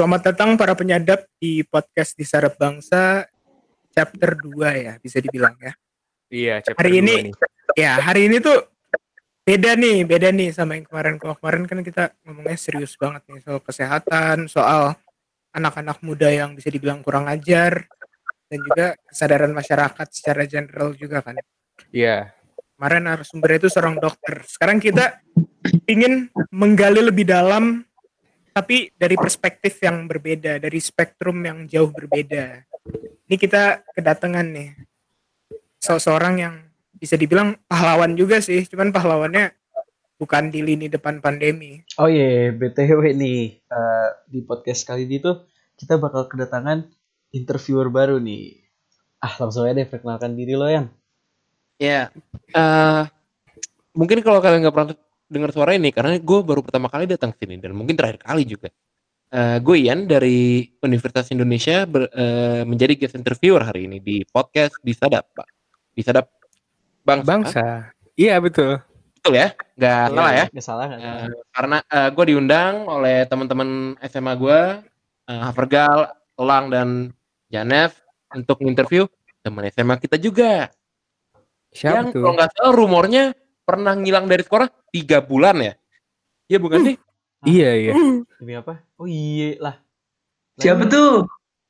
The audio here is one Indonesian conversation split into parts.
Selamat datang para penyadap di podcast Disarap Bangsa chapter 2 ya, bisa dibilang ya. Iya, chapter Hari 2 ini nih. ya, hari ini tuh beda nih sama yang kemarin. Kalau kemarin kan kita ngomongnya serius banget nih soal kesehatan, soal anak-anak muda yang bisa dibilang kurang ajar dan juga kesadaran masyarakat secara general juga kan. Iya. Kemarin narasumbernya itu seorang dokter. Sekarang kita ingin menggali lebih dalam tapi dari perspektif yang berbeda, dari spektrum yang jauh berbeda. Ini kita kedatangan nih seseorang yang bisa dibilang pahlawan juga sih, cuman pahlawannya bukan di lini depan pandemi. Oh iya, BTW nih, di podcast kali ini tuh kita bakal kedatangan interviewer baru nih. Langsung aja deh perkenalkan diri lo, Yan. Ya, mungkin kalau kalian nggak pernah dengar suara ini, karena gue baru pertama kali datang sini dan mungkin terakhir kali juga. Gue Ian dari Universitas Indonesia menjadi guest interviewer hari ini di podcast Disadap, Pak. Disadap Bangsa. Iya betul. Betul ya? Nggak salah ya? Nggak salah. Karena gue diundang oleh teman-teman SMA gue, Havergal, Elang, dan Janef untuk interview teman SMA kita juga. Siapa Yang tuh? kalau nggak salah rumornya pernah ngilang dari sekolah 3 bulan ya? Iya bukan sih? Iya. Demi apa? Oh iya lah. Siapa tuh?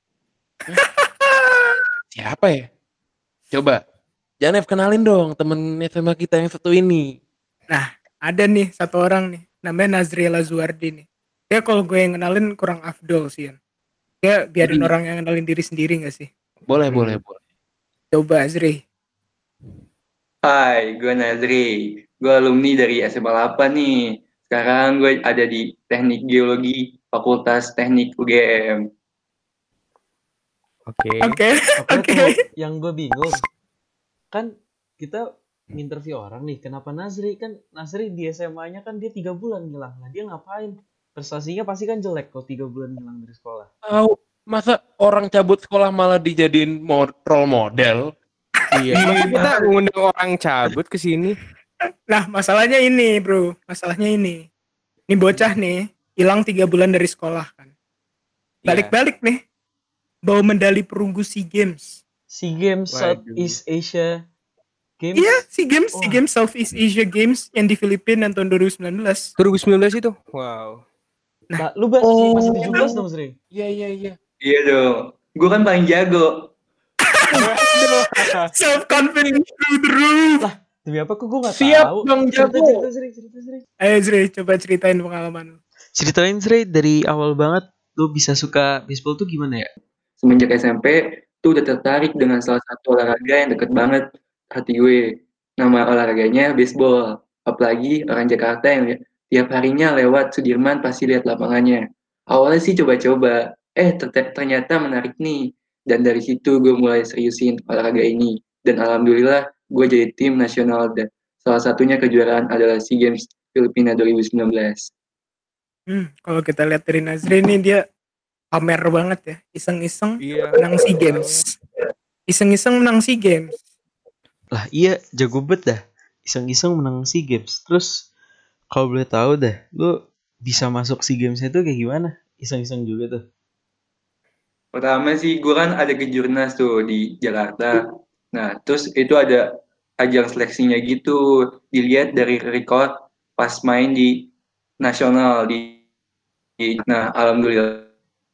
Siapa ya? Coba, Janef kenalin dong temen SMA kita yang satu ini. Nah, ada nih satu orang nih, namanya Nazriela Zuardi nih. Dia kalau gue yang kenalin kurang afdol sih, Yan. Dia biarin orang yang kenalin diri sendiri gak sih? Boleh. Coba Azri. Hai, gue Nazri. Gue alumni dari SMA 8 nih. Sekarang gue ada di Teknik Geologi Fakultas Teknik UGM. Oke. Yang gue bingung, kan kita nginterview orang nih, kenapa Nazri? Kan Nazri di SMA-nya kan dia 3 bulan ngilang. Nah dia ngapain? Prestasinya pasti kan jelek kalau 3 bulan ngilang dari sekolah. Tahu, masa orang cabut sekolah malah dijadiin role model? Iya. Masa kita ngundang orang cabut ke sini? Nah, masalahnya ini, bro. Ini bocah nih, hilang 3 bulan dari sekolah kan. Balik-balik nih, bawa medali perunggu SEA Games. SEA Games Southeast Asia Games. Iya, SEA Games Southeast Asia Games yang di Filipina tahun 2019. 2019 itu? Wow. Nah, lu masih 17 dong, Zri? Iya. Iya dong. Gue kan paling jago. Self-confidence through the roof. Lah, demi apa kok gue gak Siap, tahu? Bang Jago. Cerita Zri. Ayo Zri, coba ceritain pengalaman. Ceritain Zri, dari awal banget lu bisa suka baseball tuh gimana ya? Semenjak SMP, tuh udah tertarik dengan salah satu olahraga yang deket banget hati gue. Nama olahraganya baseball. Apalagi orang Jakarta yang tiap harinya lewat Sudirman pasti lihat lapangannya. Awalnya sih coba-coba. Ternyata menarik nih. Dan dari situ gue mulai seriusin olahraga ini. Dan alhamdulillah gue jadi tim nasional dan salah satunya kejuaraan adalah SEA Games Filipina 2019. Kalau kita lihat dari Nazri nih, dia pamer banget ya. Iseng-iseng menang SEA Games. Iseng-iseng menang SEA Games. Lah iya, jago bet dah. Iseng-iseng menang SEA Games. Terus kalau boleh tahu dah, lu bisa masuk SEA Games itu kayak gimana? Iseng-iseng juga tuh. Pertama sih gue kan ada kejurnas tuh di Jakarta. Nah terus itu ada ajang seleksinya gitu. Dilihat dari record pas main di nasional. Nah alhamdulillah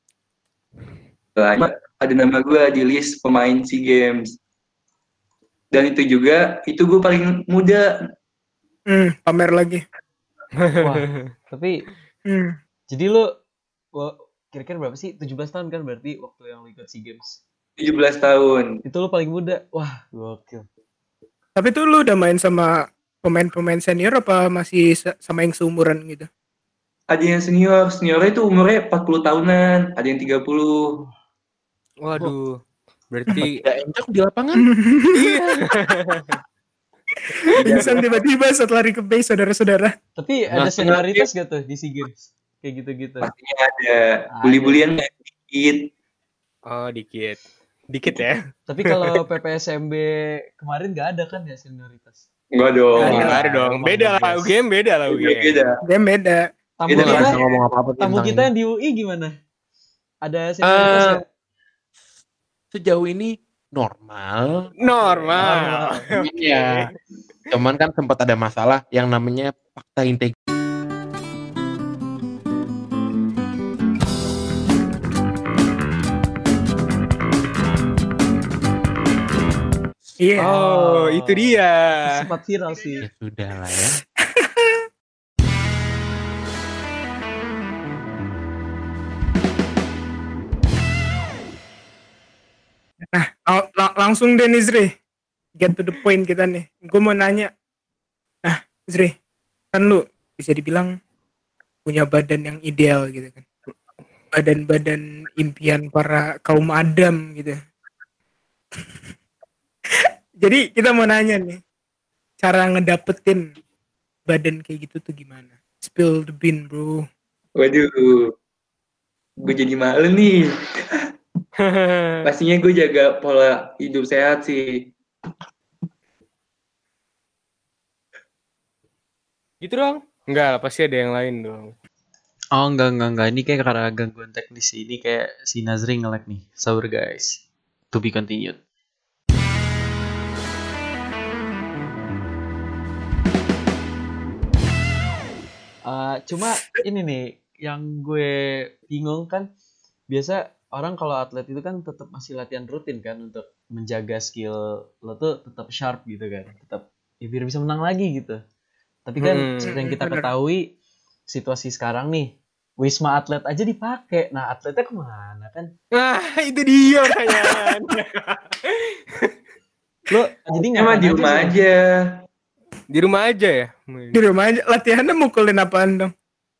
ada nama gue di list pemain SEA Games. Dan itu juga, itu gue paling muda. Pamer lagi. Wah, tapi jadi lu kira-kira berapa sih? 17 tahun kan berarti waktu yang lu ikut SEA Games? 17 tahun. Itu lu paling muda. Wah, gokil. Tapi tuh lu udah main sama pemain-pemain senior apa masih sama yang seumuran gitu? Ada yang seniornya itu umurnya 40 tahunan, ada yang 30. Waduh. Berarti Tidak encok di lapangan. iya. Pingsan tiba-tiba saat lari ke base, saudara-saudara. Tapi ada senioritas gak tuh di SEA Games? Kayak gitu-gitu. Pastinya ada. Bully-bulian dikit. Oh, dikit ya. Tapi kalau PPSMB kemarin gak ada kan ya senioritas? Enggak dong. Nggak ada dong. Beda lah. UGM beda lah. Beda. Game beda. Tamu Beda kita, ngomong apa-apa tamu tentang kita ini. yang di UI gimana? Ada senioritas nggak? Sejauh ini normal. Normal. Iya. Cuman kan sempat ada masalah yang namanya fakta integritas. Iya. Oh, itu dia. Sempat viral sih. Ya sudah lah ya. Langsung deh nih Zri, get to the point kita nih. Gue mau nanya, nah Zri, kan lu bisa dibilang punya badan yang ideal gitu kan, badan-badan impian para kaum Adam gitu. Jadi kita mau nanya nih, cara ngedapetin badan kayak gitu tuh gimana? Spill the bean bro. Waduh, gue jadi malu nih. Pastinya gue jaga pola hidup sehat sih. Gitu dong? Enggak lah, pasti ada yang lain dong. Oh enggak. Ini kayak karena gangguan teknis ini kayak si Nazri nge-lag nih. Sabar guys. To be continued. Cuma ini nih yang gue bingung kan, biasa orang kalau atlet itu kan tetap masih latihan rutin kan untuk menjaga skill lo tuh tetap sharp gitu kan, tetap ya biar bisa menang lagi gitu. Tapi kan seperti yang kita Bener. ketahui situasi sekarang nih, Wisma Atlet aja dipakai. Nah, atletnya kemana kan? Nah, itu dia pertanyaannya. Lo jadi Emang ngapain di rumah sih? aja. Di rumah aja ya? Di rumah aja latihannya mukulin apaan dong?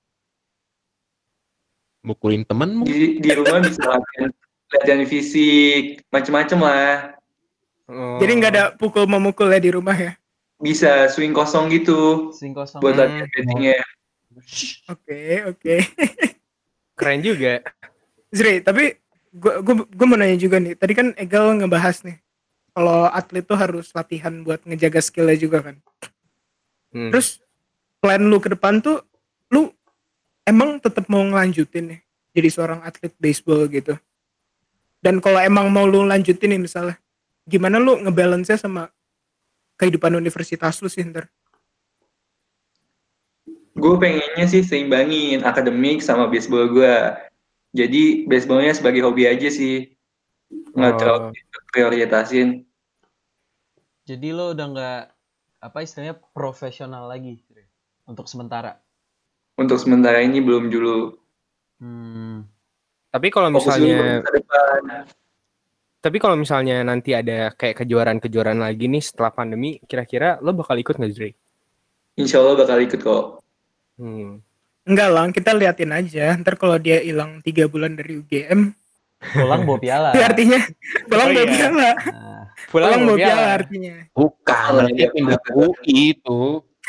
Mukulin temen Di rumah bisa latihan fisik, macem-macem lah. Oh. Jadi nggak ada pukul memukul ya di rumah ya? Bisa swing kosong gitu Swing kosong. buat latihan battingnya. Oke. Keren juga. Zri, tapi gue mau nanya juga nih. Tadi kan Egal ngebahas nih, kalau atlet tuh harus latihan buat ngejaga skillnya juga kan. Terus plan lu ke depan tuh, lu emang tetap mau ngelanjutin nih jadi seorang atlet baseball gitu? Dan kalau emang mau lu lanjutin nih misalnya, gimana lu ngebalance-nya sama kehidupan universitas lu sih ntar? Gue pengennya sih seimbangin akademik sama baseball gue. Jadi baseballnya sebagai hobi aja sih, nggak terlalu prioritasin. Jadi lo udah nggak apa istilahnya profesional lagi untuk sementara. Untuk sementara ini belum dulu. Tapi kalau Fokus dulu ke misalnya masa depan. Tapi kalau misalnya nanti ada kayak kejuaraan-kejuaraan lagi nih setelah pandemi, kira-kira lo bakal ikut nggak, Zri? Insya Allah bakal ikut kok. Enggak lah, kita liatin aja. Ntar kalau dia hilang 3 bulan dari UGM, Pulang bawa piala. itu artinya pulang bawa piala. Nah, Pulang bawa piala artinya. bukan berarti pindah ke UI itu.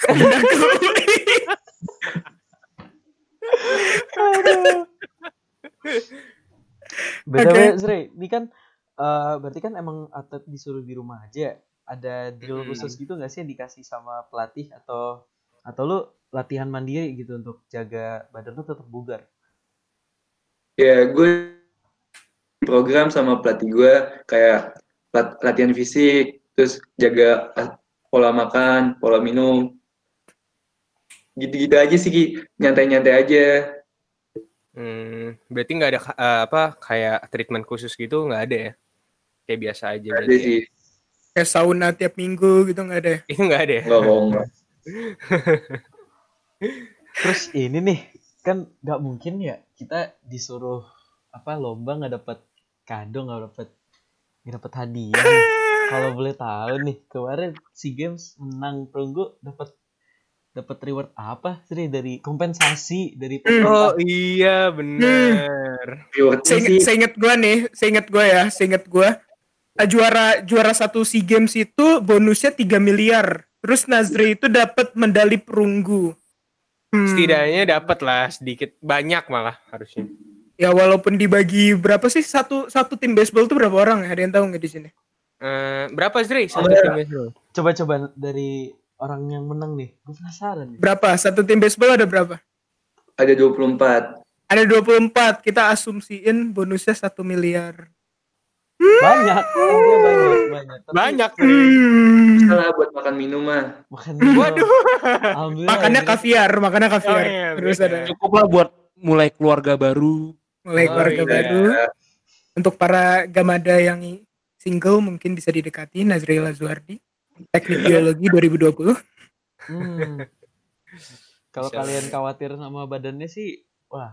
BTW Zri, ini kan berarti kan emang atlet disuruh di rumah aja. Ada drill khusus gitu nggak sih yang dikasih sama pelatih atau lu latihan mandiri gitu untuk jaga badan lu tetap bugar? Ya gue program sama pelatih gue kayak latihan fisik, terus jaga pola makan, pola minum, gitu-gitu aja sih Ki, nyantai-nyantai aja. Berarti nggak ada kayak treatment khusus gitu, nggak ada ya? Kayak biasa aja Ada berarti. sih. Kayak sauna tiap minggu gitu nggak ada. Itu nggak ada ya? Enggak. Terus ini nih kan nggak mungkin ya kita disuruh lomba nggak dapat kado, nggak dapat hadiah. Kalau boleh tahu nih, kemarin SEA Games menang perunggu dapat reward apa sih dari kompensasi dari Oh iya benar. Seinget gue juara satu SEA Games itu bonusnya 3 miliar. Terus Nazri itu dapat medali perunggu. Setidaknya dapat lah sedikit, banyak malah harusnya. Ya walaupun dibagi berapa sih satu tim baseball tuh berapa orang ya? Ada yang tahu nggak di sini? Berapa Zri satu tim baseball? Coba dari orang yang menang nih, gue penasaran nih. Berapa? Satu tim baseball ada berapa? Ada 24. Ada 24, kita asumsiin bonusnya 1 miliar. Banyak, artinya banyak. Tapi Banyak. Salah buat makan minum mah. makan minum. Waduh. Alhamdulillah. Makannya ya, kaviar, makannya kaviar. Oh, iya, Terus beda. ada Cukup lah buat mulai keluarga baru. mulai Oh, keluarga iya. baru. Untuk para gamada yang single mungkin bisa didekati Nazrila Zuardi. Teknik biologi 2020. Kalau Bisa. kalian khawatir sama badannya sih, wah.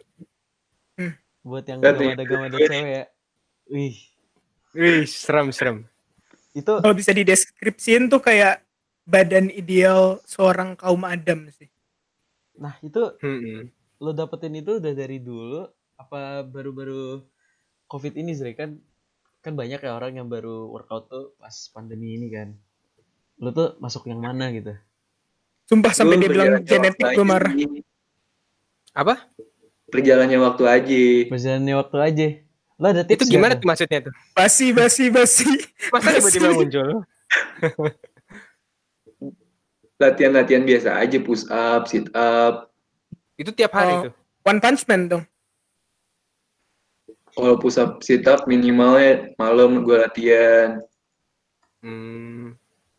Buat yang Berarti- gamada-gamada cewek ya. Wih, Wih, serem. itu Kalau bisa dideskripsiin tuh kayak badan ideal seorang kaum Adam sih. nah itu Mm-mm. lo dapetin itu udah dari dulu apa baru-baru COVID ini Zre kan banyak ya orang yang baru workout tuh pas pandemi ini kan. Lo tuh masuk yang mana gitu? Sumpah sampai Lu dia bilang berjalannya genetik waktu gue aja marah. sih. Apa? Perjalannya waktu aja. Berjalannya waktu aja. Lo ada tips Itu nggak gimana tuh? tuh maksudnya tuh? Basi. Masa tiba-tiba muncul? Latihan-latihan biasa aja, push up, sit up. Itu tiap hari Oh. tuh. One Punch Man dong. Kalau push up, sit up minimalnya malam gue latihan. Hmm.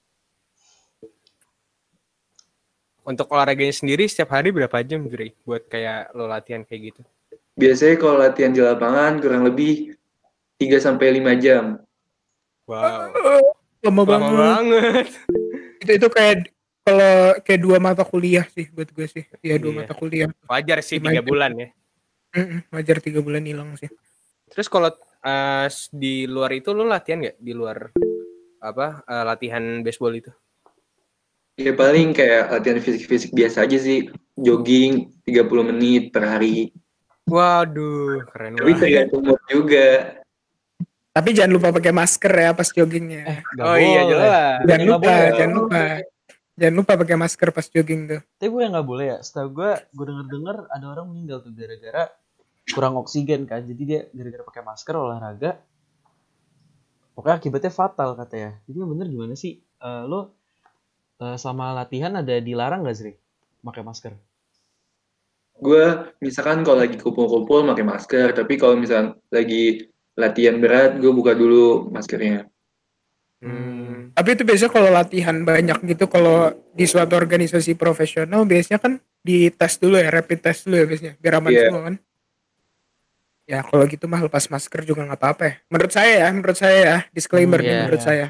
Untuk olahraganya sendiri setiap hari berapa jam, Dre? Buat kayak lo latihan kayak gitu. Biasanya kalau latihan di lapangan kurang lebih 3-5 jam. Wow. Lama Lama banget. banget. Itu kayak kalau kayak 2 mata kuliah sih buat gue sih. Iya 2 Iya. mata kuliah. Wajar sih 3 Gimana? bulan ya. Wajar 3 bulan hilang sih. Terus kalau di luar itu lo latihan nggak? Di luar latihan baseball itu? Ya paling kayak latihan fisik-fisik biasa aja sih. Jogging 30 menit per hari. Waduh, keren Tapi banget. tergantung mood juga. Tapi jangan lupa pakai masker ya pas joggingnya. Nggak Oh iya, boleh. jelas. Jangan Nggak lupa, boleh. jangan lupa pakai masker pas jogging tuh. Tapi gue nggak boleh ya. Setahu gue denger ada orang meninggal tuh gara-gara kurang oksigen kan. Jadi dia gara-gara pakai masker olahraga. Pokoknya akibatnya fatal katanya. Jadi yang bener gimana sih? Lo sama latihan ada dilarang nggak Zri? Pakai masker? Gue misalkan kalau lagi kumpul-kumpul pakai masker. Tapi kalau misalkan lagi latihan berat, gue buka dulu maskernya. Tapi itu biasanya kalau latihan banyak gitu, kalau di suatu organisasi profesional biasanya kan dites dulu ya, rapid test dulu ya biasanya, biar aman Iya. semua kan. Ya kalau gitu mah lepas masker juga nggak apa-apa ya. Menurut saya ya, disclaimer nih Iya. menurut saya.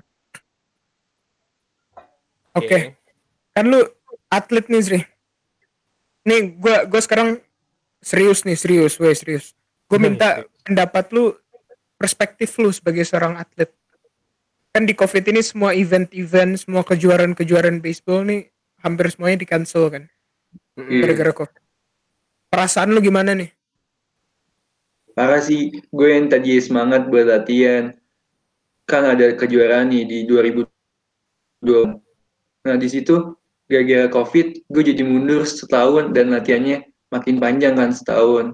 Oke. Kan lu atlet nih Zri. Nih gue sekarang serius. Gue minta pendapat lu, perspektif lu sebagai seorang atlet. Kan di COVID ini semua event-event, semua kejuaraan-kejuaraan baseball nih hampir semuanya di-cancel kan. Gara-gara COVID. Perasaan lu gimana nih? Parah sih, gue yang tadi semangat buat latihan. Kan ada kejuaraan nih di 2020. Nah di situ gara-gara COVID, gue jadi mundur setahun dan latihannya makin panjang kan setahun.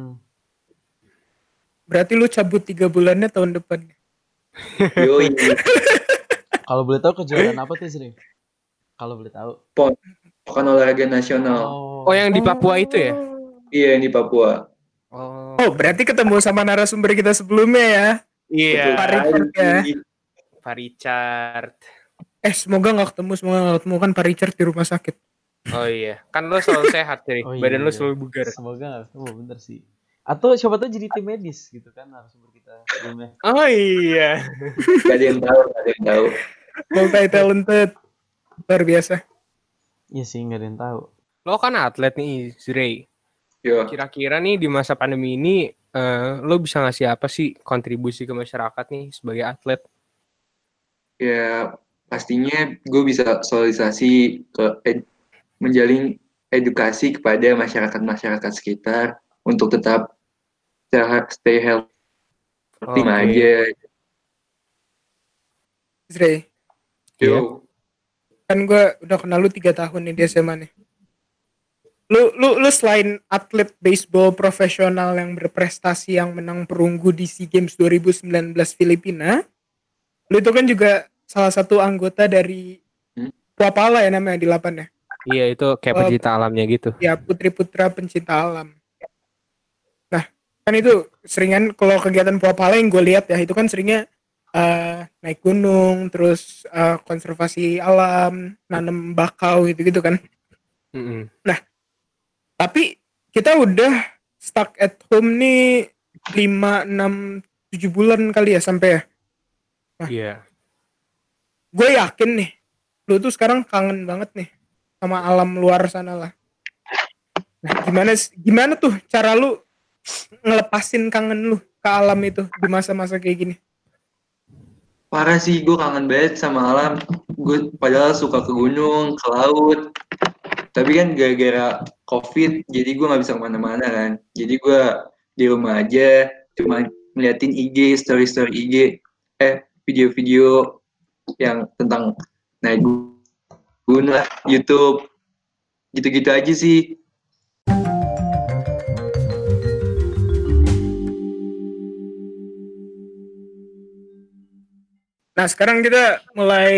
Berarti lu cabut 3 bulannya tahun depan. Yoi, Kalau boleh tahu kejuaraan apa tuh Zri? Kalau boleh tahu. bukan olahraga nasional. Oh, yang di Papua itu ya? Iya, yang di Papua. Oh, berarti ketemu sama narasumber kita sebelumnya ya. Iya. Pak Richard ya. Pak Richard. Semoga nggak ketemu kan Pak Richard di rumah sakit. Oh iya, kan lo selalu sehat jadi Oh, iya, badan lo iya. selalu bugar. Semoga nggak ketemu, bener sih. Atau siapa tahu jadi tim medis gitu kan narasumber kita sebelumnya. Oh iya. Gak ada yang tahu. Multi talented. Luar biasa. Iya sih nggak ada yang tahu. Lo kan atlet nih, Zray. Yo, Kira-kira nih di masa pandemi ini lo bisa ngasih apa sih kontribusi ke masyarakat nih sebagai atlet? ya pastinya gue bisa sosialisasi menjalin edukasi kepada masyarakat sekitar untuk tetap stay healthy Oke. aja. Zray, Yo, kan gue udah kenal lu 3 tahun nih di SMA nih. Lu selain atlet baseball profesional yang berprestasi yang menang perunggu di SEA Games 2019 Filipina, lu itu kan juga salah satu anggota dari Puapala ya namanya di Lapan ya. Iya, itu kayak pecinta alamnya gitu. Ya, putri-putra pencinta alam. Kan itu seringan kalau kegiatan Puapala yang gue lihat ya, itu kan seringnya naik gunung, terus konservasi alam, nanam bakau gitu-gitu kan. Mm-mm. Nah, tapi kita udah stuck at home nih 5, 6, 7 bulan kali ya sampai ya. Iya. Gue yakin nih, lu tuh sekarang kangen banget nih sama alam luar sana lah. Nah, gimana tuh cara lu ngelepasin kangen lu ke alam itu di masa-masa kayak gini? Parah sih, gue kangen banget sama alam. Gue padahal suka ke gunung, ke laut. Tapi kan gara-gara COVID, jadi gue nggak bisa kemana-mana kan. Jadi gue di rumah aja, cuma ngeliatin IG, story-story IG, video-video yang tentang naik gunung lah, YouTube, gitu-gitu aja sih. Nah, sekarang kita mulai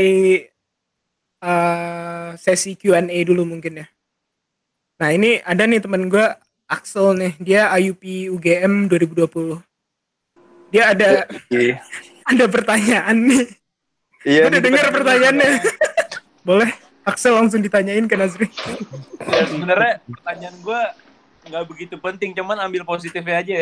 sesi Q&A dulu mungkin ya. Nah, ini ada nih temen gue, Axel nih, dia IUP UGM 2020. Dia ada Iya. ada pertanyaan nih. Iya, Gue udah nih dengar pertanyaannya. Boleh Axel langsung ditanyain ke Nazri. Ya, sebenarnya pertanyaan gue nggak begitu penting, cuman ambil positifnya aja.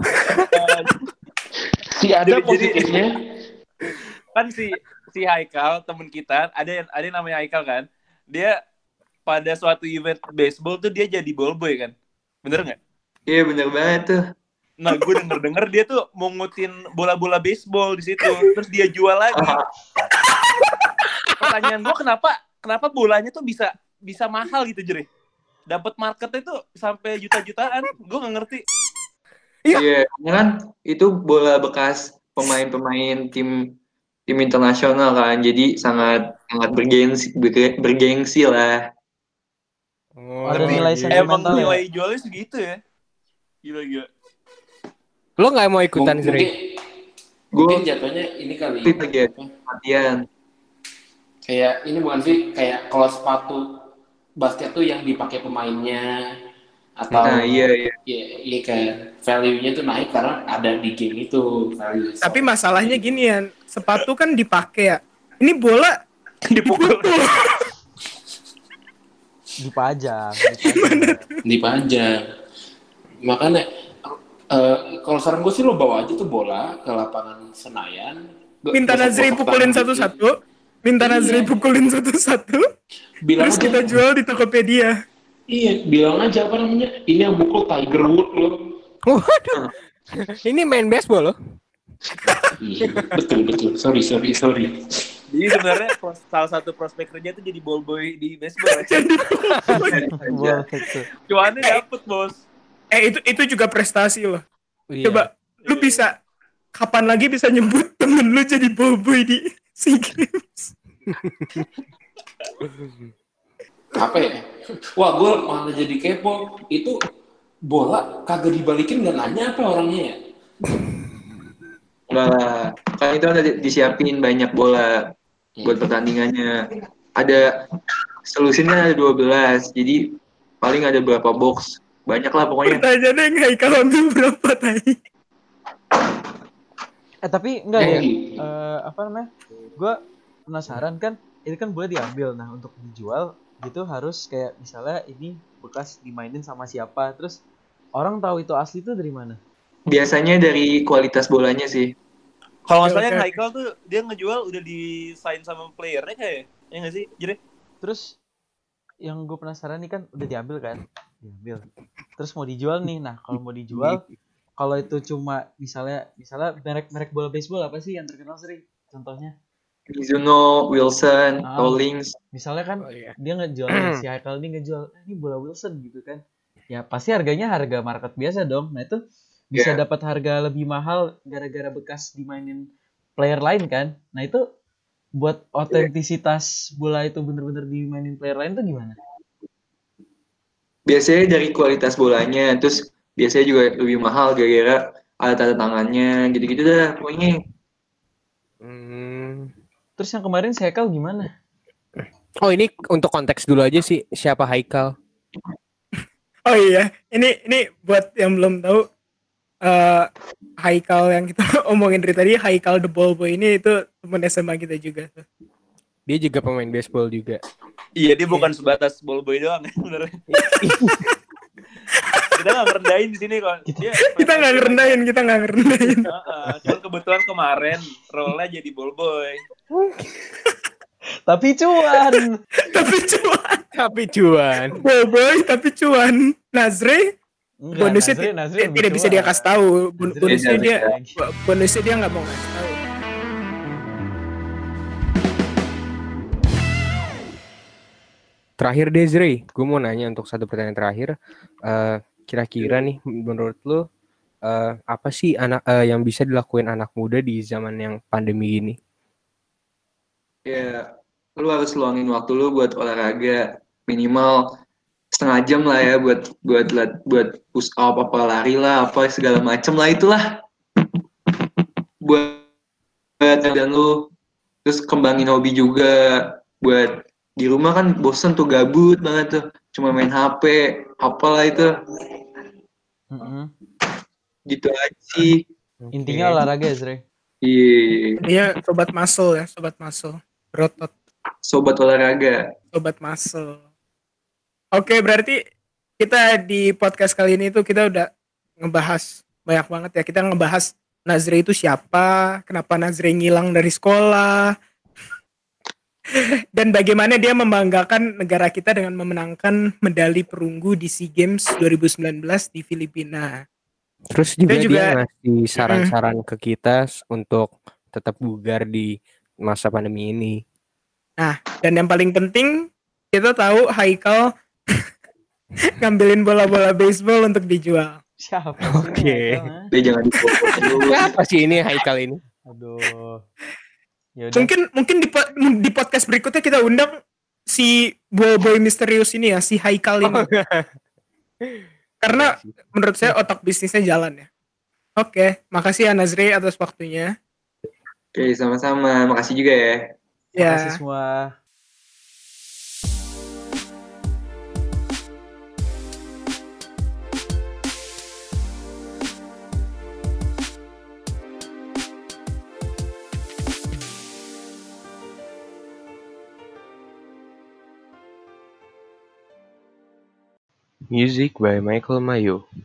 Ada Jadi- positifnya. Kan si Haikal temen kita, ada yang namanya Haikal kan, dia pada suatu event baseball tuh dia jadi ballboy kan, bener nggak? Iya bener banget tuh. Nah, gue denger dia tuh mungutin bola-bola baseball di situ, terus dia jual lagi. Pertanyaan gue, kenapa bolanya tuh bisa mahal gitu, Jere? Dapat marketnya tuh sampai juta-jutaan, gue nggak ngerti. Iya, karena kan itu bola bekas pemain-pemain tim internasional kan, jadi sangat bergengsi lah. Oh, Ada Tapi nilai gitu. emang sentimental ya. nilai jualnya segitu ya? Gila. Lo nggak mau ikutan Mungkin Zri? mungkin Gue jatuhnya ini kali. lagi latihan. Kayak ini bukan sih, kayak kalau sepatu basket tuh yang dipakai pemainnya atau Nah iya. iya kan value-nya tuh naik karena ada di game itu value. Tapi masalahnya gini ya, sepatu kan dipakai ya. Ini bola Dipukul. Dipajang. dipajang. Makanya kalau saran gue sih lo bawa aja tuh bola ke lapangan Senayan. minta Nazri pukulin satu-satu. Minta Nazri Iya. pukulin satu-satu. Bilang Terus aja, kita jual di Tokopedia. iya, bilang aja apa namanya, ini yang mukul Tiger Wood lo. Waduh. Ini main baseball loh. Iya, betul. Sorry. Jadi sebenarnya salah satu prospek kerja tuh jadi ballboy di baseball. Ya. Boleh tuh. Cuannya dapet, bos. Itu juga prestasi loh. Iya. Coba lu bisa kapan lagi bisa nyebut temen lu jadi ballboy di SEA Games? Apa ya? Wah, gue malah jadi kepo. Itu bola kagak dibalikin nggak nanya apa orangnya ya? Enggak lah, kan itu ada disiapin banyak bola buat pertandingannya. Ada selusinnya ada 12, jadi paling ada berapa box. Banyak lah pokoknya. Pertanyaannya yang Haikal ambil berapa tadi? Tapi enggak ya. gitu. Apa namanya? Gue penasaran kan, ini kan boleh diambil. Nah, untuk dijual gitu harus kayak misalnya ini bekas dimainin sama siapa. Terus orang tahu itu asli tuh dari mana? Biasanya dari kualitas bolanya sih. Kalau nggak salah Oke. yang Haikal tuh dia ngejual udah di-sign sama playernya kayak ya nggak sih, Jere? Terus yang gue penasaran nih kan udah diambil kan? Diambil. Terus mau dijual nih. Nah, kalau mau dijual, kalau itu cuma misalnya merek bola baseball apa sih yang terkenal sering? Contohnya? Mizuno, Wilson, Rawlings. Misalnya kan Oh, iya. dia ngejual si Haikal ini ngejual ini bola Wilson gitu kan. Ya pasti harganya harga market biasa dong. Nah, itu bisa dapat harga lebih mahal gara-gara bekas dimainin player lain kan. Nah, itu buat otentisitas bola itu bener-bener dimainin player lain tuh gimana? Biasanya dari kualitas bolanya, terus biasanya juga lebih mahal gara-gara ada tanda tangannya, gitu-gitu dah pokoknya. Terus yang kemarin si Haikal gimana? Oh, ini untuk konteks dulu aja sih, siapa Haikal? Oh iya, ini buat yang belum tahu, Haikal yang kita omongin dari tadi, Haikal the ball boy ini itu temen SMA kita juga tuh. Dia juga pemain baseball juga. Iya, dia bukan sebatas ball boy doang ya sebenarnya. Kita nggak ngerendahin di sini kok. Kita nggak ngerendahin. Cuman kebetulan kemarin role-nya jadi ball boy. Tapi cuan. Tapi cuan. Ball boy tapi cuan. Nazri Enggak, bonusnya Nazri lebih tidak bisa cuan. dia kasih tahu. Nazri Bonusnya dia nggak mau kasih tahu. Terakhir Desiree, gue mau nanya untuk satu pertanyaan terakhir. Kira-kira nih menurut lo apa sih yang bisa dilakuin anak muda di zaman yang pandemi ini? Ya, lu harus luangin waktu lu buat olahraga minimal setengah jam lah ya, buat push up, apa lari lah, apa segala macem lah, itulah buat dan lu. Terus kembangin hobi juga, buat di rumah kan bosen tuh, gabut banget tuh, cuma main HP apalah itu. Gitu aja sih. Intinya olahraga ya, Zre. Iya, Dia sobat muscle, berotot, sobat olahraga. sobat muscle. Oke, berarti kita di podcast kali ini tuh kita udah ngebahas banyak banget ya. Kita ngebahas Nazri itu siapa, kenapa Nazri ngilang dari sekolah, dan bagaimana dia membanggakan negara kita dengan memenangkan medali perunggu di SEA Games 2019 di Filipina. Terus dia ngasih saran-saran ke kita untuk tetap bugar di masa pandemi ini. Nah, dan yang paling penting kita tahu Haikal ngambilin bola-bola baseball untuk dijual. Siapa Oke. Dia jangan dipotong dulu. Siapa sih ini Haikal ini? Aduh. Yaudah. Mungkin di podcast berikutnya kita undang si boy misterius ini ya, si Haikal ini. Karena menurut saya otak bisnisnya jalan ya. Oke, makasih ya Nazri atas waktunya. Oke, sama-sama. Makasih juga ya. Makasih semua. Music by Michael Mayo.